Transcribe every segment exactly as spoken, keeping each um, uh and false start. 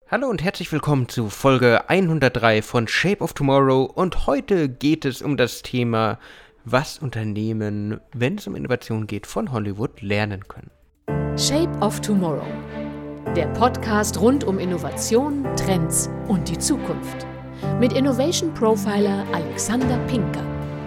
Hallo und herzlich willkommen zu Folge hundertdrei von Shape of Tomorrow und heute geht es um das Thema, was Unternehmen, wenn es um Innovation geht, von Hollywood lernen können. Shape of Tomorrow, der Podcast rund um Innovation, Trends und die Zukunft mit Innovation Profiler Alexander Pinker.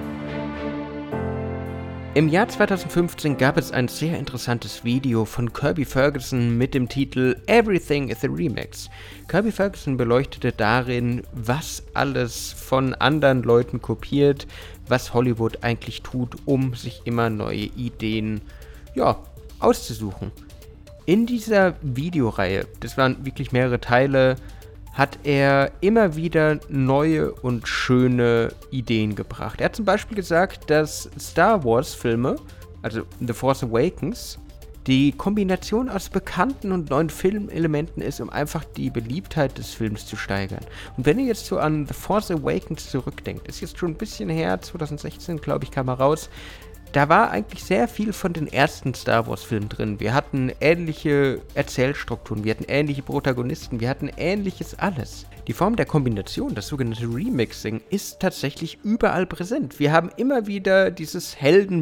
Im Jahr zweitausendfünfzehn gab es ein sehr interessantes Video von Kirby Ferguson mit dem Titel Everything is a Remix. Kirby Ferguson beleuchtete darin, was alles von anderen Leuten kopiert, was Hollywood eigentlich tut, um sich immer neue Ideen, ja, auszusuchen. In dieser Videoreihe, das waren wirklich mehrere Teile, hat er immer wieder neue und schöne Ideen gebracht. Er hat zum Beispiel gesagt, dass Star Wars Filme, also The Force Awakens, die Kombination aus bekannten und neuen Filmelementen ist, um einfach die Beliebtheit des Films zu steigern. Und wenn ihr jetzt so an The Force Awakens zurückdenkt, ist jetzt schon ein bisschen her, zwanzig sechzehn glaube ich kam er raus, da war eigentlich sehr viel von den ersten Star Wars Filmen drin. Wir hatten ähnliche Erzählstrukturen, wir hatten ähnliche Protagonisten, wir hatten ähnliches alles. Die Form der Kombination, das sogenannte Remixing, ist tatsächlich überall präsent. Wir haben immer wieder dieses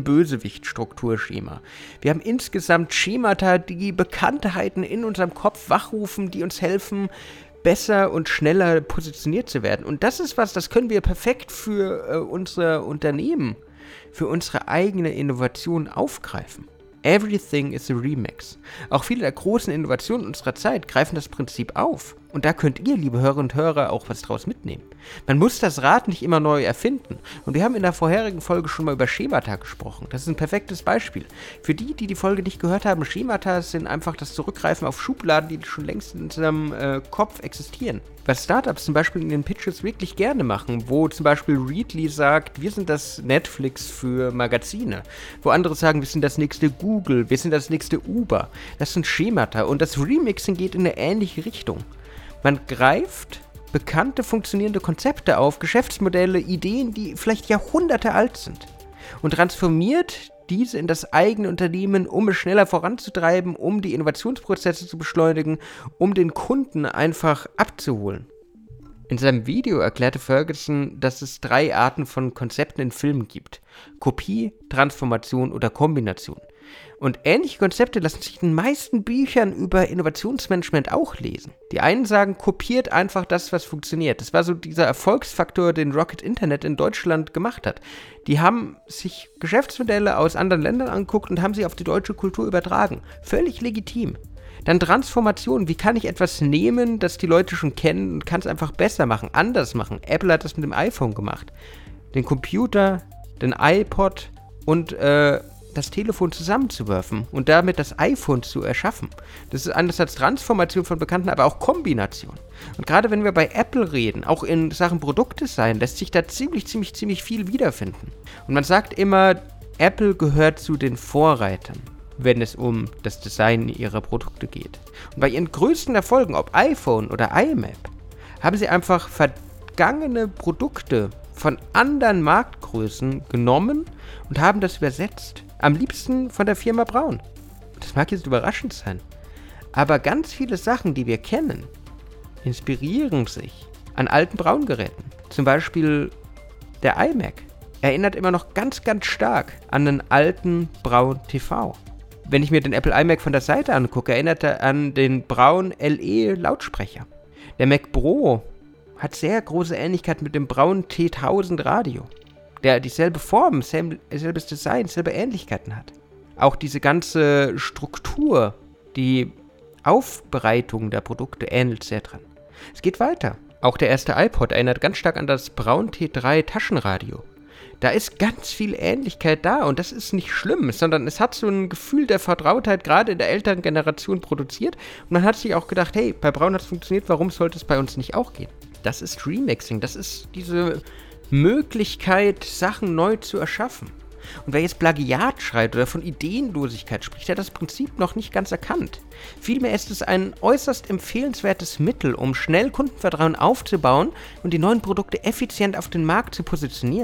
Helden-Bösewicht-Strukturschema. Wir haben insgesamt Schemata, die Bekanntheiten in unserem Kopf wachrufen, die uns helfen, besser und schneller positioniert zu werden. Und das ist was, das können wir perfekt für äh, unsere Unternehmen, für unsere eigene Innovation aufgreifen. Everything is a Remix. Auch viele der großen Innovationen unserer Zeit greifen das Prinzip auf. Und da könnt ihr, liebe Hörerinnen und Hörer, auch was draus mitnehmen. Man muss das Rad nicht immer neu erfinden. Und wir haben in der vorherigen Folge schon mal über Schemata gesprochen. Das ist ein perfektes Beispiel. Für die, die die Folge nicht gehört haben, Schemata sind einfach das Zurückgreifen auf Schubladen, die schon längst in unserem äh, Kopf existieren. Was Startups zum Beispiel in den Pitches wirklich gerne machen, wo zum Beispiel Readly sagt, wir sind das Netflix für Magazine, wo andere sagen, wir sind das nächste Google, wir sind das nächste Uber. Das sind Schemata und das Remixing geht in eine ähnliche Richtung. Man greift bekannte, funktionierende Konzepte auf, Geschäftsmodelle, Ideen, die vielleicht Jahrhunderte alt sind und transformiert diese in das eigene Unternehmen, um es schneller voranzutreiben, um die Innovationsprozesse zu beschleunigen, um den Kunden einfach abzuholen. In seinem Video erklärte Ferguson, dass es drei Arten von Konzepten in Filmen gibt: Kopie, Transformation oder Kombination. Und ähnliche Konzepte lassen sich in den meisten Büchern über Innovationsmanagement auch lesen. Die einen sagen, kopiert einfach das, was funktioniert. Das war so dieser Erfolgsfaktor, den Rocket Internet in Deutschland gemacht hat. Die haben sich Geschäftsmodelle aus anderen Ländern angeguckt und haben sie auf die deutsche Kultur übertragen. Völlig legitim. Dann Transformation. Wie kann ich etwas nehmen, das die Leute schon kennen und kann es einfach besser machen, anders machen? Apple hat das mit dem iPhone gemacht. Den Computer, den iPod und äh, das Telefon zusammenzuwerfen und damit das iPhone zu erschaffen. Das ist anders als Transformation von Bekannten, aber auch Kombination. Und gerade wenn wir bei Apple reden, auch in Sachen Produktdesign, lässt sich da ziemlich, ziemlich, ziemlich viel wiederfinden. Und man sagt immer, Apple gehört zu den Vorreitern, wenn es um das Design ihrer Produkte geht. Und bei ihren größten Erfolgen, ob iPhone oder iMac, haben sie einfach vergangene Produkte von anderen Marktgrößen genommen und haben das übersetzt. Am liebsten von der Firma Braun. Das mag jetzt überraschend sein, aber ganz viele Sachen, die wir kennen, inspirieren sich an alten Braun-Geräten. Zum Beispiel der iMac erinnert immer noch ganz, ganz stark an den alten Braun T V. Wenn ich mir den Apple iMac von der Seite angucke, erinnert er an den Braun L E-Lautsprecher. Der Mac Pro hat sehr große Ähnlichkeit mit dem Braun T tausend Radio, der dieselbe Form, selbes Design, selbe Ähnlichkeiten hat. Auch diese ganze Struktur, die Aufbereitung der Produkte ähnelt sehr dran. Es geht weiter. Auch der erste iPod erinnert ganz stark an das Braun T drei Taschenradio. Da ist ganz viel Ähnlichkeit da und das ist nicht schlimm, sondern es hat so ein Gefühl der Vertrautheit gerade in der älteren Generation produziert und man hat sich auch gedacht, hey, bei Braun hat es funktioniert, warum sollte es bei uns nicht auch gehen? Das ist Remixing, das ist diese Möglichkeit, Sachen neu zu erschaffen. Und wer jetzt Plagiat schreibt oder von Ideenlosigkeit spricht, der hat das Prinzip noch nicht ganz erkannt. Vielmehr ist es ein äußerst empfehlenswertes Mittel, um schnell Kundenvertrauen aufzubauen und die neuen Produkte effizient auf den Markt zu positionieren.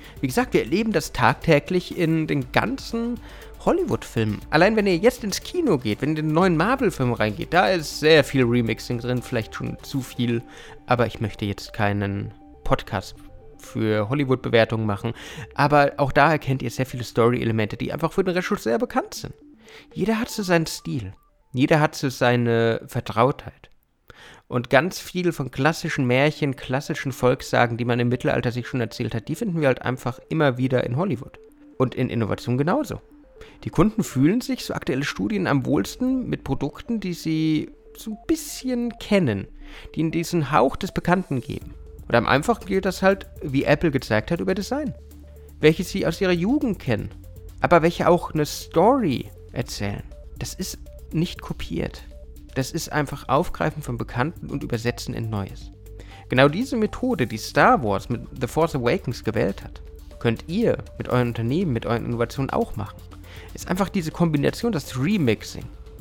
Wie gesagt, wir erleben das tagtäglich in den ganzen Hollywood-Filmen. Allein wenn ihr jetzt ins Kino geht, wenn ihr in den neuen Marvel-Film reingeht, da ist sehr viel Remixing drin, vielleicht schon zu viel, aber ich möchte jetzt keinen Podcast für Hollywood-Bewertungen machen. Aber auch da erkennt ihr sehr viele Story-Elemente, die einfach für den Regisseur bekannt sind. Jeder hat so seinen Stil. Jeder hat so seine Vertrautheit. Und ganz viel von klassischen Märchen, klassischen Volkssagen, die man im Mittelalter sich schon erzählt hat, die finden wir halt einfach immer wieder in Hollywood. Und in Innovation genauso. Die Kunden fühlen sich, so aktuelle Studien, am wohlsten mit Produkten, die sie so ein bisschen kennen, die ihnen diesen Hauch des Bekannten geben. Und am einfachsten geht das halt, wie Apple gezeigt hat, über Design. Welche sie aus ihrer Jugend kennen, aber welche auch eine Story erzählen. Das ist nicht kopiert. Das ist einfach Aufgreifen von Bekannten und Übersetzen in Neues. Genau diese Methode, die Star Wars mit The Force Awakens gewählt hat, könnt ihr mit euren Unternehmen, mit euren Innovationen auch machen. Ist einfach diese Kombination, das Remixing,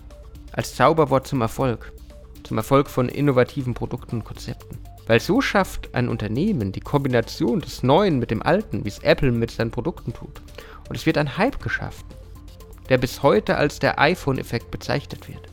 als Zauberwort zum Erfolg. Zum Erfolg von innovativen Produkten und Konzepten. Weil so schafft ein Unternehmen die Kombination des Neuen mit dem Alten, wie es Apple mit seinen Produkten tut. Und es wird ein Hype geschaffen, der bis heute als der iPhone-Effekt bezeichnet wird.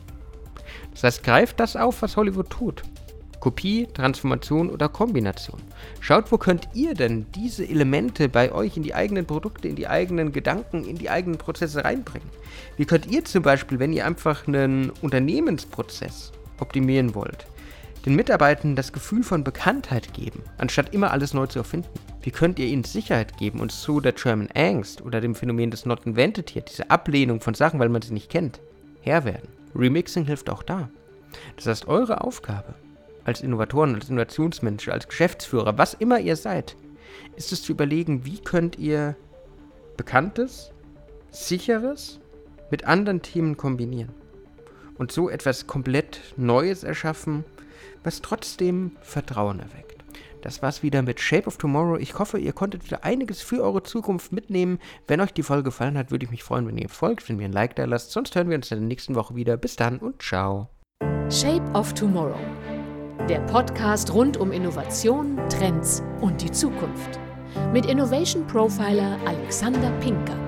Das heißt, greift das auf, was Hollywood tut. Kopie, Transformation oder Kombination. Schaut, wo könnt ihr denn diese Elemente bei euch in die eigenen Produkte, in die eigenen Gedanken, in die eigenen Prozesse reinbringen. Wie könnt ihr zum Beispiel, wenn ihr einfach einen Unternehmensprozess optimieren wollt, den Mitarbeitern das Gefühl von Bekanntheit geben, anstatt immer alles neu zu erfinden? Wie könnt ihr ihnen Sicherheit geben und so der German Angst oder dem Phänomen des Not Invented hier, diese Ablehnung von Sachen, weil man sie nicht kennt, Herr werden? Remixing hilft auch da. Das heißt, eure Aufgabe als Innovatoren, als Innovationsmenschen, als Geschäftsführer, was immer ihr seid, ist es zu überlegen, wie könnt ihr Bekanntes, Sicheres mit anderen Themen kombinieren und so etwas komplett Neues erschaffen, was trotzdem Vertrauen erweckt. Das war's wieder mit Shape of Tomorrow. Ich hoffe, ihr konntet wieder einiges für eure Zukunft mitnehmen. Wenn euch die Folge gefallen hat, würde ich mich freuen, wenn ihr folgt, wenn ihr ein Like da lasst. Sonst hören wir uns in der nächsten Woche wieder. Bis dann und ciao. Shape of Tomorrow. Der Podcast rund um Innovation, Trends und die Zukunft. Mit Innovation Profiler Alexander Pinker.